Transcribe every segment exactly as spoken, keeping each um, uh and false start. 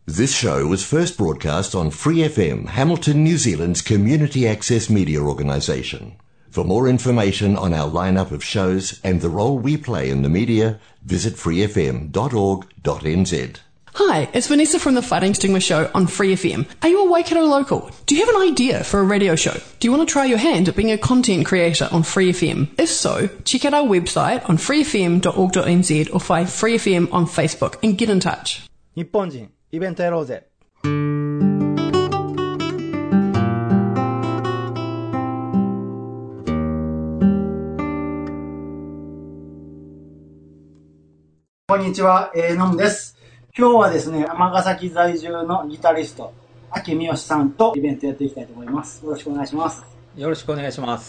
This show was first broadcast on Free F M, Hamilton, New Zealand's community access media organisation. For more information on our lineup of shows and the role we play in the media, visit free f m dot org dot n z. Hi, it's Vanessa from the Fighting Stigma Show on Free F M. Are you a Waikato local? Do you have an idea for a radio show? Do you want to try your hand at being a content creator on Free F M? If so, check out our website on free f m dot org dot n z or find Free F M on Facebook and get in touch. 日本人イベントやろうぜ。こんにちは、えー、のむです。今日はですね、尼崎在住のギタリスト、秋三好さんとイベントやっていきたいと思います。よろしくお願いします。 よろしくお願いします。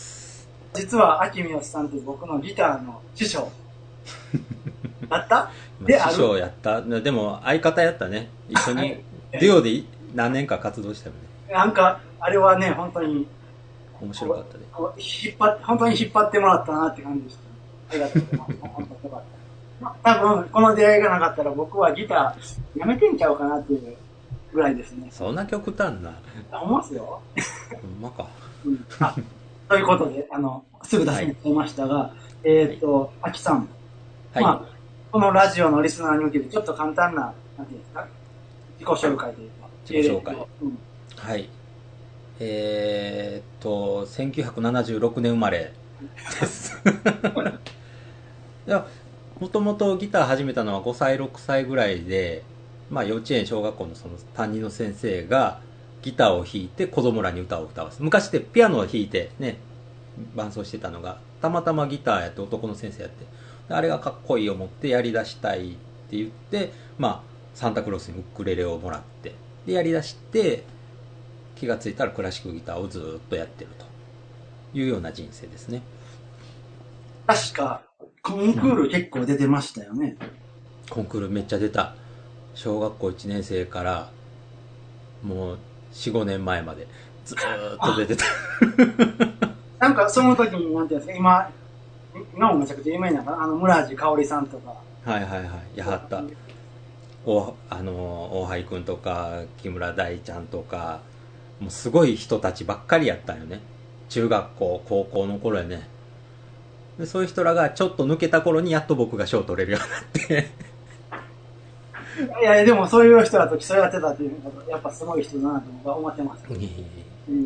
実は秋三好さんって僕のギターの師匠だったである。 師匠やった。でも相方やったね。一緒にデュオで何年か活動したよね。 なんかあれはね、本当に面白かったね。 引っ張って本当に引っ張ってもらったなって感じでした。ありがとうございます。本当によかった。多分この出会いがなかったら僕はギターやめてんちゃうかなっていうぐらいですね。 そんな極端な。 思いますよ。 ほんまか。 うん、あということで、あのすぐ出しに来ましたが、はい、えっ、ー、と、あきさん、はい、まあこのラジオのリスナーに向けてちょっと簡単ななんていうんですか、自己紹介というか。 自己紹介。うん、はい。えー、っとせんきゅうひゃくななじゅうろくねん生まれです。いや。もともとギター始めたのはごさいろくさいぐらいで、まあ、幼稚園小学校のその担任の先生がギターを弾いて子供らに歌を歌わせ、昔ってピアノを弾いてね伴奏してたのがたまたまギターやって男の先生やってあれがかっこいい思ってやりだしたいって言って、まあ、サンタクロースにウクレレをもらってでやりだして気がついたらクラシックギターをずっとやってるというような人生ですね。 確かコンクール結構出てましたよね。 コンクールめっちゃ出た。小学校いちねん生からもう よん,ご 年前までずーっと出てた。 なんかその時になんていうんですか、今今もめちゃくちゃ有名なあの村地香織さんとか。 はいはいはい、やはった。おあの大橋くんとか木村大ちゃんとかもうすごい人たちばっかりやったんよね。中学校高校の頃やね。でそういう人らがちょっと抜けた頃にやっと僕が賞を取れるようになっていやいやでもそういう人らと競い合ってたっていうのがやっぱすごい人だなと僕は思ってます、うん、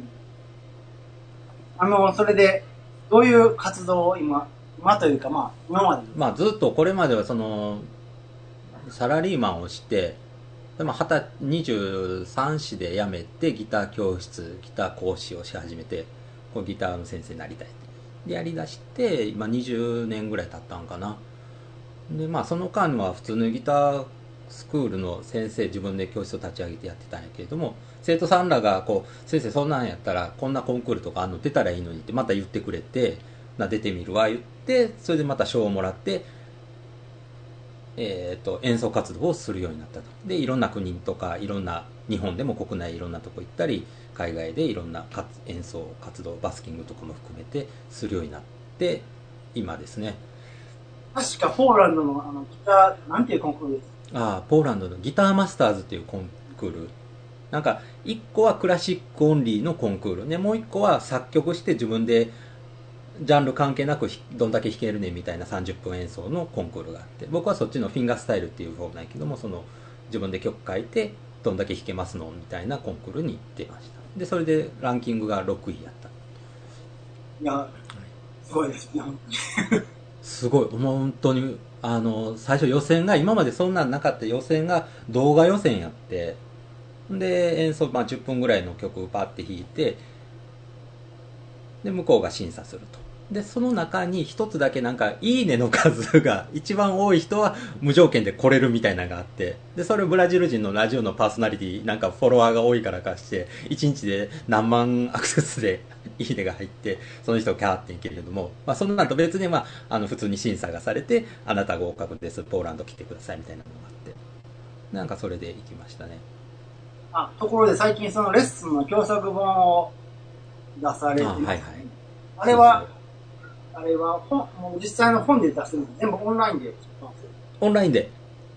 あのそれでどういう活動を今今というかまあ今までまあずっとこれまではそのサラリーマンをしてでもにじゅうさんさいで辞めてギター教室ギター講師をし始めてこうギターの先生になりたいでやりだして今にじゅうねんぐらい経ったんかな。でまあその間は普通のギタースクールの先生自分で教室を立ち上げてやってたんやけれども生徒さんらがこう先生そんなんやったらこんなコンクールとかあんの出たらいいのにってまた言ってくれてな出てみるわ言ってそれでまた賞をもらってえーと演奏活動をするようになったと。でいろんな国とかいろんな日本でも国内いろんなとこ行ったり海外でいろんな演奏活動バスキングとかも含めてするようになって今ですね。 確かポーランドのあのギターなんていうコンクールですか。 ああポーランドのギターマスターズっていうコンクールなんかいっこはクラシックオンリーのコンクール、ね、もういっこは作曲して自分でジャンル関係なくどんだけ弾けるねみたいなさんじゅっぷん演奏のコンクールがあって僕はそっちのフィンガースタイルっていう方なんやけどもその自分で曲書いてどんだけ弾けますのみたいなコンクールに行ってました。でそれでランキングがろくいやった。 いやすごいですねすごいもう本当にあの最初予選が今までそんなんなかった予選が動画予選やってで演奏、まあ、じゅっぷんぐらいの曲をパッて弾いてで向こうが審査すると。でその中に一つだけなんかいいねの数が一番多い人は無条件で来れるみたいなのがあってでそれをブラジル人のラジオのパーソナリティなんかフォロワーが多いからかしていちにちで何万アクセスでいいねが入ってその人をキャーっていけるけども、まあ、そんなのと別に、まあ、あの普通に審査がされてあなた合格ですポーランド来てくださいみたいなのがあってなんかそれで行きましたね。 あところで最近そのレッスンの教則本を出されてますね。あ、はいはい、あれはあれは本もう実際の本で出してるんです全部オンラインでオンラインで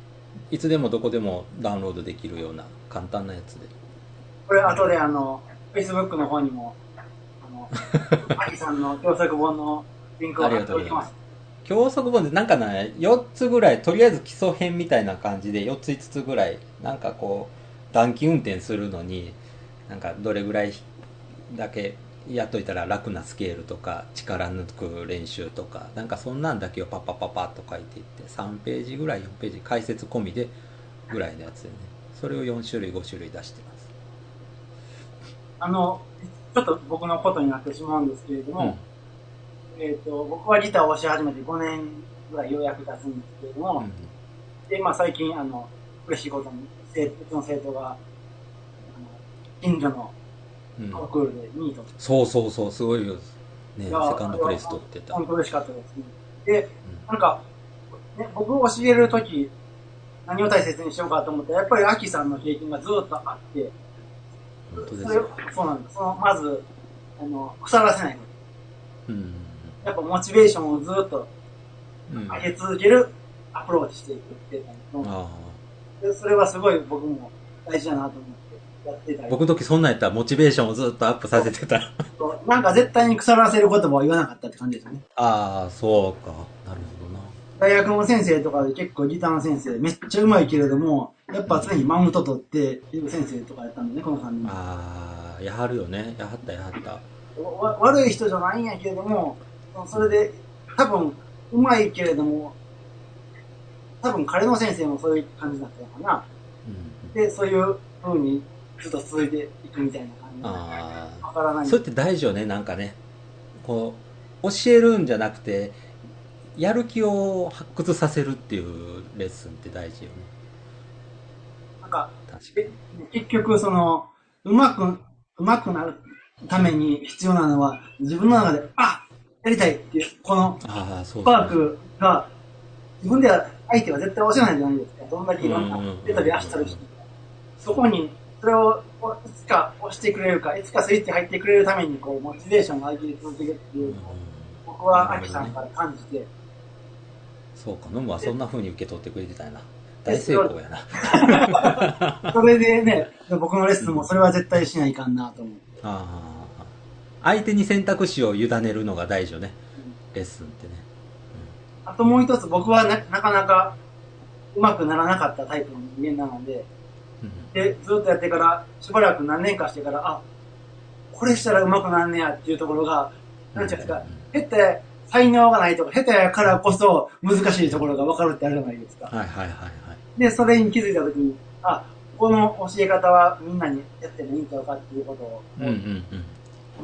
いつでもどこでもダウンロードできるような簡単なやつで。 これ後であの Facebook の方にもあのアキさんの教則本のリンクを貼っておきます。 教則本でなんかねよっつぐらい、とりあえず基礎編みたいな感じでよっついつつぐらい、なんかこう短期運転するのになんかどれぐらいだけやっといたら楽なスケールとか力抜く練習とか、なんかそんなんだけをパッパッパッパッと書いていって、さんページぐらいよんページ解説込みでぐらいのやつでね、それをよん種類ご種類出してます。 あのちょっと僕のことになってしまうんですけれども、うん、えっ、ー、と僕はギターをし始めてごねんぐらいようやく経つんですけれども、うん、でまあ最近あの嬉しいことにうちの生徒があの近所のコンクールでにいと、うん、 そうそうそうすごいよね、セカンドプレイス取ってた。 本当嬉しかったですね。で、うん、なんか、ね、僕教えるとき何を大切にしようかと思ったらやっぱりアキさんの経験がずっとあって、 本当ですよ。 そうなんです。そのまずあの腐らせないこと、うん、やっぱモチベーションをずっと上げ続けるアプローチしていくっていうの、うん、でそれはすごい僕も大事だなと思ってやってたり。 僕の時そんなんやったらモチベーションをずっとアップさせてたらなんか絶対に腐らせる言葉を言わなかったって感じですよね。 ああそうか、なるほどな。 大学の先生とかで結構ギターの先生めっちゃうまいけれどもやっぱ常にマウント取っている先生とかやったんでね、このさんにん。 ああやはるよね、やはったやはった。 わ悪い人じゃないんやけれども、それで多分うまいけれども多分彼の先生もそういう感じだったのかな、うん、でそういう風にずっと続いていくみたいな感じで、あわからない。 それって大事よね、なんかね、こう教えるんじゃなくてやる気を発掘させるっていうレッスンって大事よね。 なんか結局そのうまくうまくなるために必要なのは自分の中であやりたいっていうこのスパークが自分では相手は絶対教えないじゃないですか。どんだけいろんな手取り足取りして、そこにそれをいつか押してくれるか、いつかスイッチ入ってくれるためにこうモチベーションを上げ続けるっていう、僕はアキさんから感じて。 そうか、ノムはそんな風に受け取ってくれてたよな。大成功やな。 それでね、僕のレッスンもそれは絶対しないかんなと思って。 ああ、相手に選択肢を委ねるのが大事よね、うん、レッスンってね。 うん、あともう一つ、僕は な, なかなかうまくならなかったタイプの人間なので、うん、でずっとやってからしばらく何年かしてから、あ、これしたらうまくなんねやっていうところが、なんていうんですか、下手才能がないとか、下手やからこそ難しいところが分かるってあるじゃないですか。 はいはいはいはい。 で、それに気づいたときに、あ、この教え方はみんなにやってもいいんちゃうかっていうことを、うんうんうん。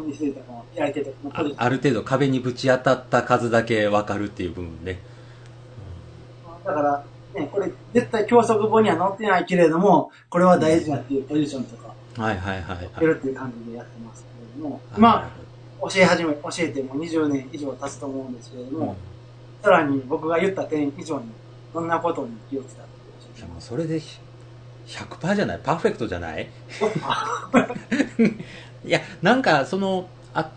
見せてもやり手とあ、ある程度壁にぶち当たった数だけ分かるっていう部分ね。 うん、だから、ね、これ絶対教則本には載ってないけれども、これは大事だっていうポジションとか、 はいはいはい、はい。 やるっていう感じでやってますけれども、まあ、教え始め、教えてもにじゅうねん以上経つと思うんですけれども、うん、さらに僕が言った点以上に、どんなことに気をつけたっていやもうそれで ひゃくパーセント じゃない？パーフェクトじゃない？いや、なんかその、あ、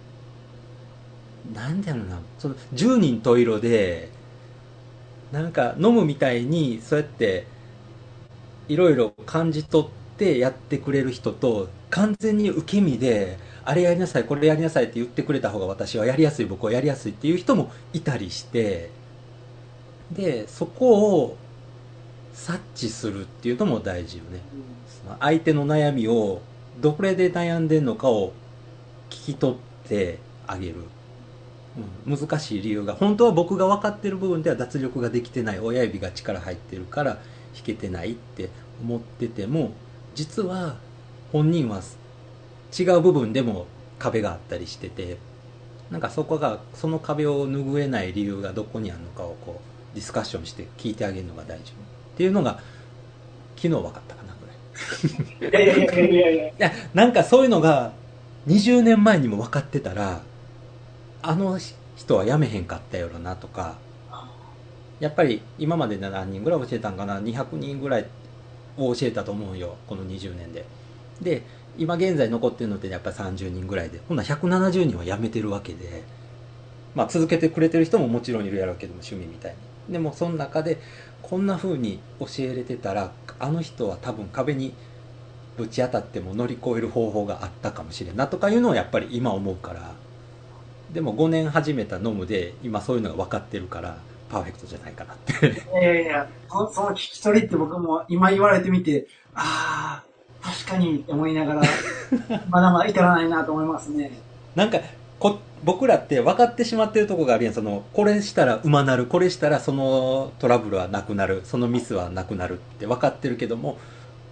なんだろうな、そのじゅうにん十色で、なんか飲むみたいに、そうやって、いろいろ感じ取ってやってくれる人と、完全に受け身で、あれやりなさいこれやりなさいって言ってくれた方が私はやりやすい、僕はやりやすいっていう人もいたりして、でそこを察知するっていうのも大事よね、うん、相手の悩みをどれで悩んでんのかを聞き取ってあげる、うん、難しい理由が本当は僕が分かってる部分では脱力ができてない、親指が力入ってるから弾けてないって思ってても、実は本人は違う部分でも壁があったりしてて、なんかそこがその壁を拭えない理由がどこにあるのかをこうディスカッションして聞いてあげるのが大事っていうのが昨日分かったかなぐらい。いやいやいやいやいやいや、なんかそういうのがにじゅうねんまえにも分かってたら、あの人は辞めへんかったやろなとか、やっぱり今まで何人ぐらい教えたんかな、にひゃくにんぐらいを教えたと思うよ、このにじゅうねんで。で今現在残ってるのってやっぱりさんじゅうにんぐらいで、ほんならひゃくななじゅうにんは辞めてるわけで、まあ続けてくれてる人ももちろんいるやろうけども、趣味みたいに。でもその中でこんな風に教えれてたらあの人は多分壁にぶち当たっても乗り越える方法があったかもしれんなとかいうのをやっぱり今思うから。でもごねん始めたノムで今そういうのが分かってるからパーフェクトじゃないかなっていやいやいや、その、その聞き取りって僕も今言われてみて、ああ、確かにって思いながら、まだまだ至らないなと思いますね。 なんかこ僕らって分かってしまってるとこがあるやん。そのこれしたら馬なる、これしたらそのトラブルはなくなる、そのミスはなくなるって分かってるけども、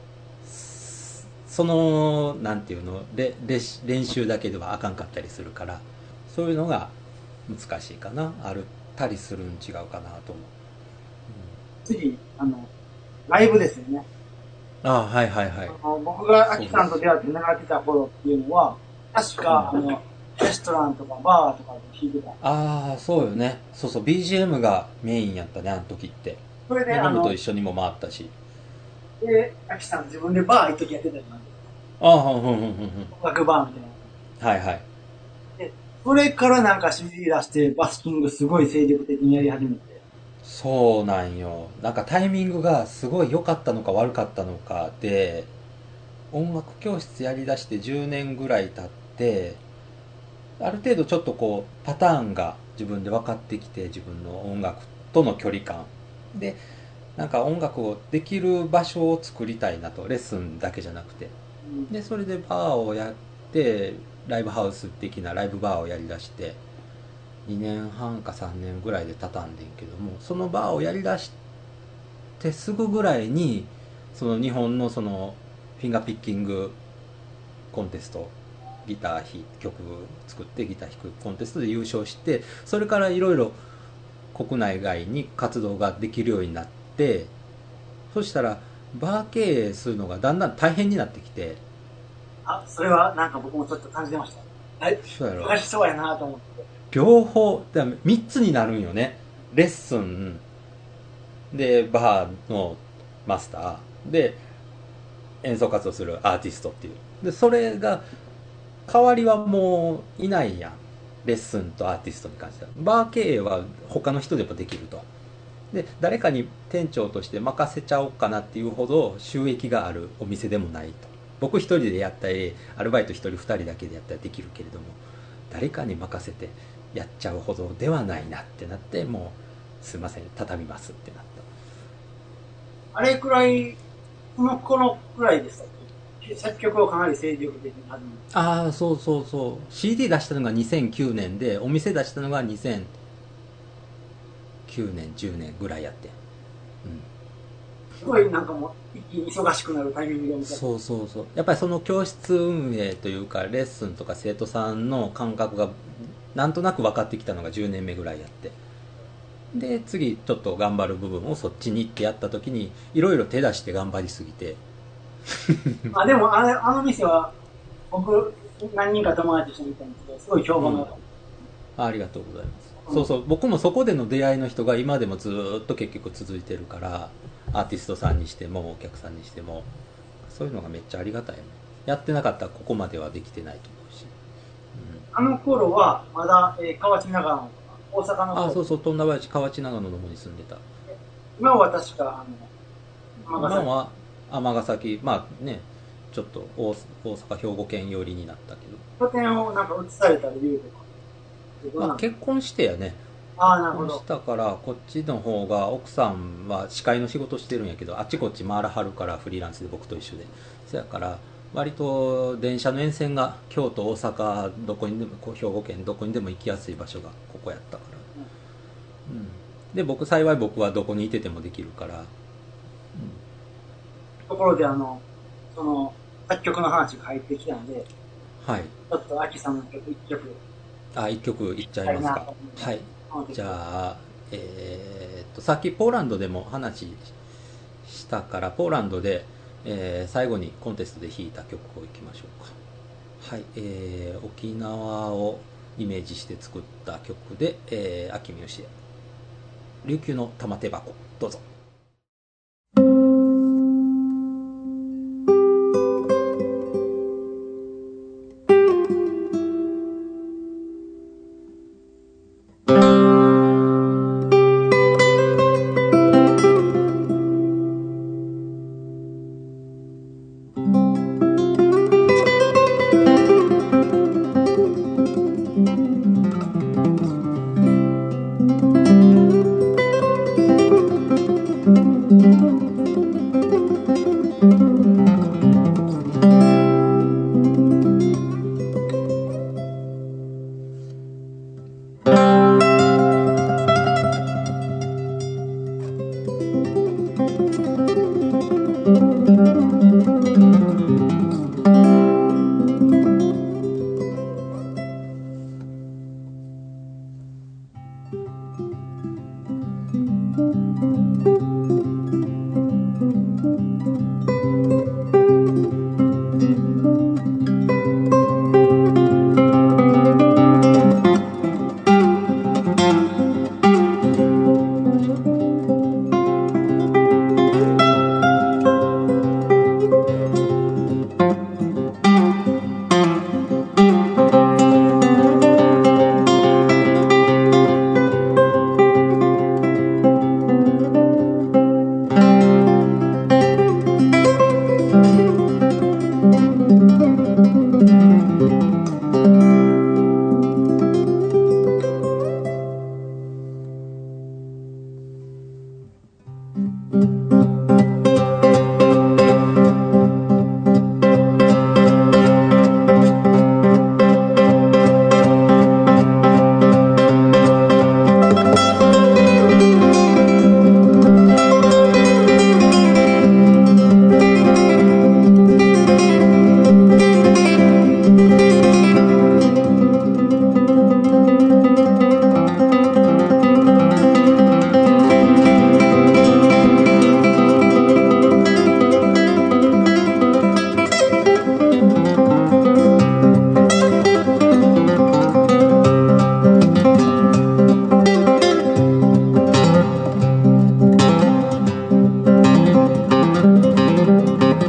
そのなんていうので練習だけではあかんかったりするから、そういうのが難しいかな、あるたりするん違うかなと思う、うん、 次あのライブですよね。 ああ、はいはいはい。 あの僕がアキさんと出会って習ってた頃っていうのは確か、うん、あのレストランとかバーとかで弾いてた。 ああ、そうよね。そうそう、 ビージーエム がメインやったね、あの時って。 それでノムと一緒にも回ったし。 で、アキさん自分でバー一時やってたじゃないですか。 ああ、うんうんうんうん。音楽バーみたいな。 はいはい。 で、それからなんか シーディー 出してバスキングすごい精力的にやり始めて。 そうなんよ。なんかタイミングがすごい良かったのか悪かったのかで、音楽教室やりだしてじゅうねんぐらい経って、ある程度ちょっとこうパターンが自分で分かってきて、自分の音楽との距離感で、なんか音楽をできる場所を作りたいなと、レッスンだけじゃなくて、でそれでバーをやって、ライブハウス的なライブバーをやりだしてにねんはんかさんねんぐらいで畳んでんけども、そのバーをやりだしてすぐぐらいにその日本のそのフィンガーピッキングコンテスト、ギター弾曲作ってギター弾くコンテストで優勝して、それからいろいろ国内外に活動ができるようになって、そしたらバー経営するのがだんだん大変になってきて。 あ、それはなんか僕もちょっと感じてました。はい、 そうやろ。 難しそうやなと思って。 両方みっつになるんよね。レッスンでバーのマスターで演奏活動するアーティストっていう。でそれが代わりはもういないやん、レッスンとアーティストに関しては。バー経営は他の人でもできると。で誰かに店長として任せちゃおうかなっていうほど収益があるお店でもないと。僕一人でやったりアルバイト一人二人だけでやったらできるけれども、誰かに任せてやっちゃうほどではないなってなって、もうすいません畳みますってなった。 あれくらい、この頃くらいでしたっけ、作曲をかなり精力的に始めた。 ああ、そうそうそう、 シーディー 出したのがにせんきゅうねんで、お店出したのがにせんきゅうねんじゅうねんぐらいやって、うん、 すごいなんかもう一気に忙しくなるタイミングで。 そうそうそう、やっぱりその教室運営というかレッスンとか生徒さんの感覚がなんとなく分かってきたのがじゅうねんめぐらいやって、で次ちょっと頑張る部分をそっちにってやった時にいろいろ手出して頑張りすぎてあ、でもあれ、あの店は僕何人か友達と一緒に行ったんですけど、すごい評判が良かった。 あ, ありがとうございます、うん、そうそう、僕もそこでの出会いの人が今でもずっと結局続いてるから、アーティストさんにしてもお客さんにしてもそういうのがめっちゃありがたいよね。やってなかったらここまではできてないと思うし、 うん、あの頃はまだ、えー、河内長野とか大阪の方。 あ、そうそう、富田林河内長野の方に住んでた。 今は確かあの今は尼崎、まあね、ちょっと 大, 大阪兵庫県寄りになったけど、 拠点をなんか移された理由とか。 まあ、結婚してやね。 ああ、なるほど。 結婚したからこっちの方が、奥さんは司会の仕事してるんやけどあっちこっち回らはるから、フリーランスで僕と一緒で、そやから割と電車の沿線が京都大阪どこにでも、兵庫県どこにでも行きやすい場所がここやったから、うんうん、で僕幸い僕はどこにいててもできるから、うん、 ところであのその作曲の話が入ってきたので、 はい、 ちょっとアキさんの曲いっきょく、 あ、いっきょくいっちゃいますか。はい、じゃあ、えー、っとさっきポーランドでも話したから、ポーランドで、えー、最後にコンテストで弾いた曲をいきましょうか。はい、えー、沖縄をイメージして作った曲で、えー、秋三好琉球の玉手箱、どうぞ。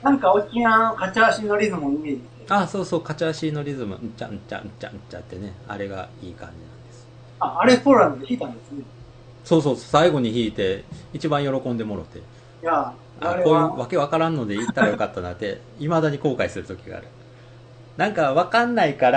なんか沖縄のカチャーシのリズムをイメージして。 あ、そうそう、カチャーシーのリズム、んちゃんちゃんちゃんちゃってね、あれがいい感じなんです。 あ、あれポーランドで弾いたんですね。 そうそう、最後に弾いて、一番喜んでもろて。いや、 あこういうわけわからんので言ったらよかったなって、いまだに後悔する時がある。なんかわかんないから、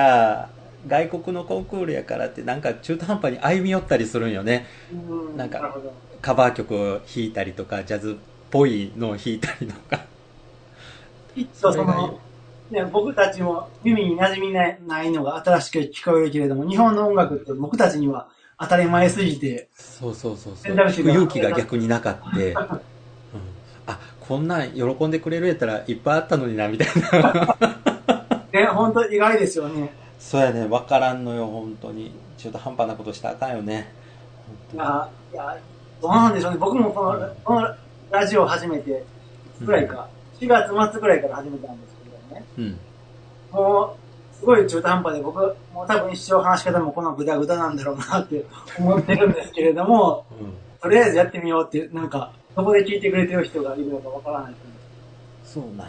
外国のコンクールやからってなんか中途半端に歩み寄ったりするんよね。 うん、 なんかカバー曲を弾いたりとかジャズっぽいのを弾いたりとかきっとその、ね、僕たちも耳に馴染みないのが新しく聞こえるけれども、日本の音楽って僕たちには当たり前すぎて、 そうそうそうそう、聞く勇気が逆になかった、うん、あ、こんなん喜んでくれるやったらいっぱいあったのになみたいなね、本当意外ですよね。 そうやね、分からんのよ、本当に。中途半端なことしたらあかんよね。 いや、いや、どうなんでしょうね。僕もこの、うん、このラジオ始めてぐらいか、うん、しがつ末ぐらいから始めたんですけどね。うん、もう、すごい中途半端で、僕、もう多分一生話し方もこのグダグダなんだろうなって思ってるんですけれども、うん、とりあえずやってみようって、なんか、どこで聞いてくれてる人がいるのかわからない。 そうなんよ。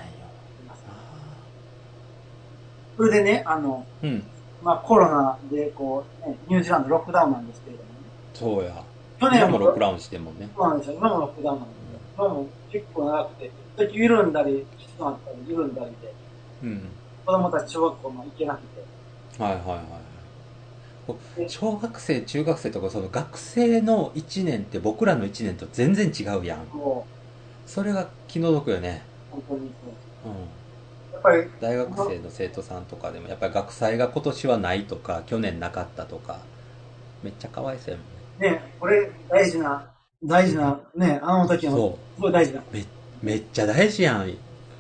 それでね、あの、うん、まあコロナでこう、ね、ニュージーランドロックダウンなんですけれどもね。 そうや。去年もロックダウンしてんもんね。 そうなんですよ。今もロックダウンなんですよ。今も結構長くて、一時緩んだり、きつくなったり、緩んだりで、うん、子供たち小学校も行けなくて。はいはいはい。 小学生、中学生とかその学生のいちねんって僕らのいちねんと全然違うやん。そそれが気の毒よね。 本当にそうです。うん。 大学生の生徒さんとかでもやっぱり学祭が今年はないとか去年なかったとかめっちゃかわいそうやもんね。ね、これ大事な大事なね、あの時のそうすごい大事なめ, めっちゃ大事やん、うん、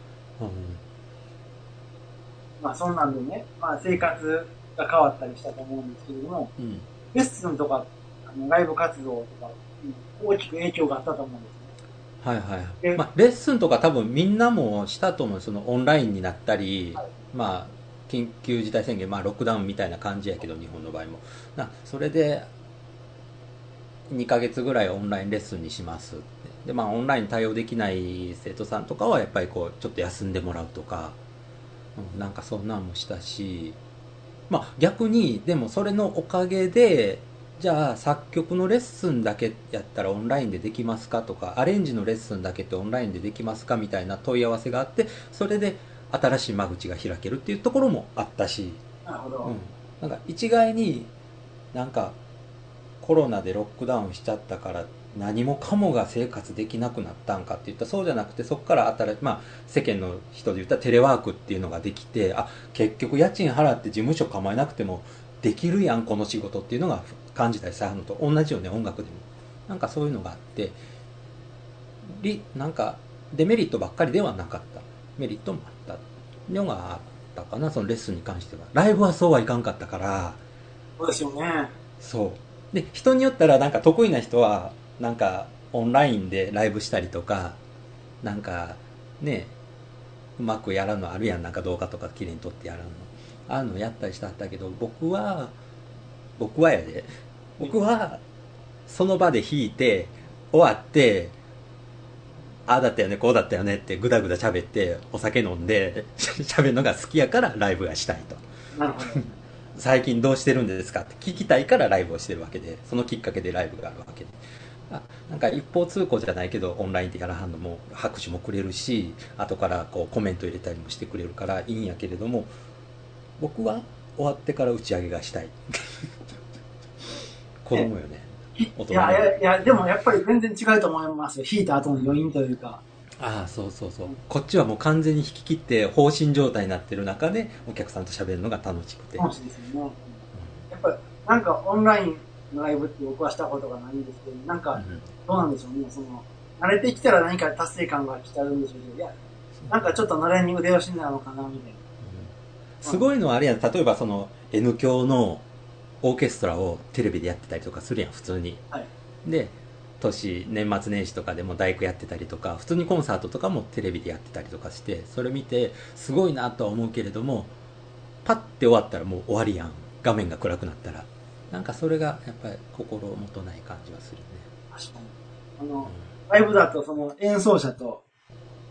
まあそんなんでね、まあ生活が変わったりしたと思うんですけれども、うん、レッスンとかあのライブ活動とか大きく影響があったと思うんです。 はいはい、まあ、レッスンとか多分みんなもしたと思う。そのオンラインになったり、はい、まあ緊急事態宣言、まあ、ロックダウンみたいな感じやけど日本の場合もなそれでにかげつぐらいオンラインレッスンにしますってで、まあ、オンライン対応できない生徒さんとかはやっぱりこうちょっと休んでもらうとか、うん、なんかそんなんもしたし、まあ、逆にでもそれのおかげでじゃあ作曲のレッスンだけやったらオンラインでできますかとかアレンジのレッスンだけってオンラインでできますかみたいな問い合わせがあってそれで新しい間口が開けるっていうところもあったし、 なるほど、 うん、なんか一概になんかコロナでロックダウンしちゃったから何もかもが生活できなくなったんかって言ったらそうじゃなくてそこから新しい、まあ、世間の人で言ったらテレワークっていうのができてあ結局家賃払って事務所構えなくてもできるやんこの仕事っていうのが感じたりさるのと同じよね。音楽でもなんかそういうのがあってリなんかデメリットばっかりではなかったメリットもあったのがあったかな。そのレッスンに関してはライブはそうはいかんかったからそうですよね。 そうで人によったらなんか得意な人はなんかオンラインでライブしたりとかなんかねうまくやらんのあるやん。なんか動画とか綺麗に撮ってやらんのああいうのやったりしたんだけど僕は僕はやで僕はその場で弾いて終わってああだったよねこうだったよねってぐだぐだ喋ってお酒飲んで喋るのが好きやからライブがしたいと。 なるほど最近どうしてるんですかって聞きたいからライブをしてるわけでそのきっかけでライブがあるわけであなんか一方通行じゃないけどオンラインでやらはんのも拍手もくれるし後からこうコメント入れたりもしてくれるからいいんやけれども僕は終わってから打ち上げがしたい子供よね。 大人いやいやいやでもやっぱり全然違うと思いますよ。弾いた後の余韻というかああそうそうそう、うん、こっちはもう完全に弾き切って放心状態になってる中でお客さんと喋るのが楽しくて楽しいですよね、うん、やっぱりなんかオンラインのライブって僕はしたことがないんですけどなんかどうなんでしょうね。その慣れてきたら何か達成感が来ちゃうんでしょうけどいやなんかちょっと慣れに腕押しなのかなみたいな、 うん、すごいのはあれやん。例えばその N 響のオーケストラをテレビでやってたりとかするやん普通に、はい、で年年末年始とかでも大工やってたりとか普通にコンサートとかもテレビでやってたりとかしてそれ見てすごいなとは思うけれどもパッて終わったらもう終わりやん。画面が暗くなったらなんかそれがやっぱり心もとない感じはするね。 確かにあの、うん、ライブだとその演奏者と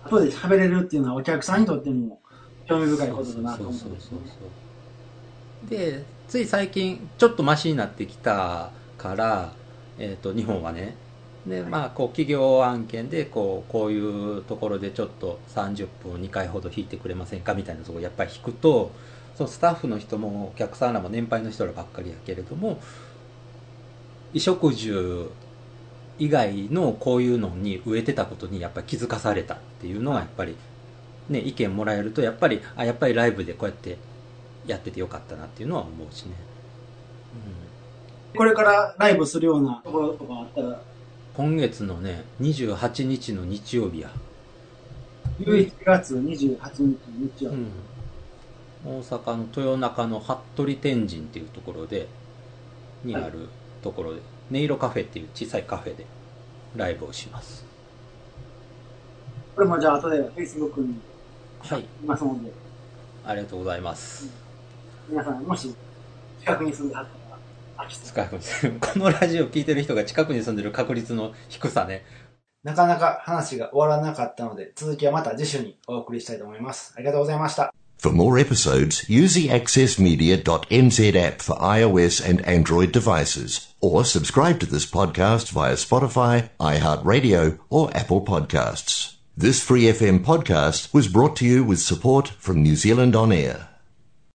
後で喋れるっていうのはお客さんにとっても興味深いことだなと思ってますね。 で、つい最近ちょっとマシになってきたから、えーと、日本はね、で、まあ、こう企業案件でこうこういうところでちょっとさんじゅっぷんをにかいほど引いてくれませんかみたいなところをやっぱり引くと、そのスタッフの人もお客さんらも年配の人らばっかりやけれども、衣食住以外のこういうのに植えてたことにやっぱり気づかされたっていうのがやっぱりね、意見もらえるとやっぱりあやっぱりライブでこうやってやっててよかったなっていうのは思うしね、 うん、これからライブするようなところとかあったら、 今月のねにじゅうはちにちの日曜日や、 じゅういちがつにじゅうはちにちの日曜日、 うん、大阪の豊中の服部天神っていうところでにあるところで、はい、音色カフェっていう小さいカフェでライブをします。 これもじゃあ後で Facebook にはいいますので、 ありがとうございます、 うん、皆さんもし近くに住んではったら、 近くに住んでこのラジオ聞いてる人が近くに住んでる確率の低さね。 なかなか話が終わらなかったので、続きはまた次週にお送りしたいと思います。ありがとうございました。 For more episodes, use the access media dot n z app for iOS and Android devices, or subscribe to this podcast via Spotify, iHeartRadio, or Apple Podcasts. This Free F M podcast was brought to you with support from New Zealand On Air.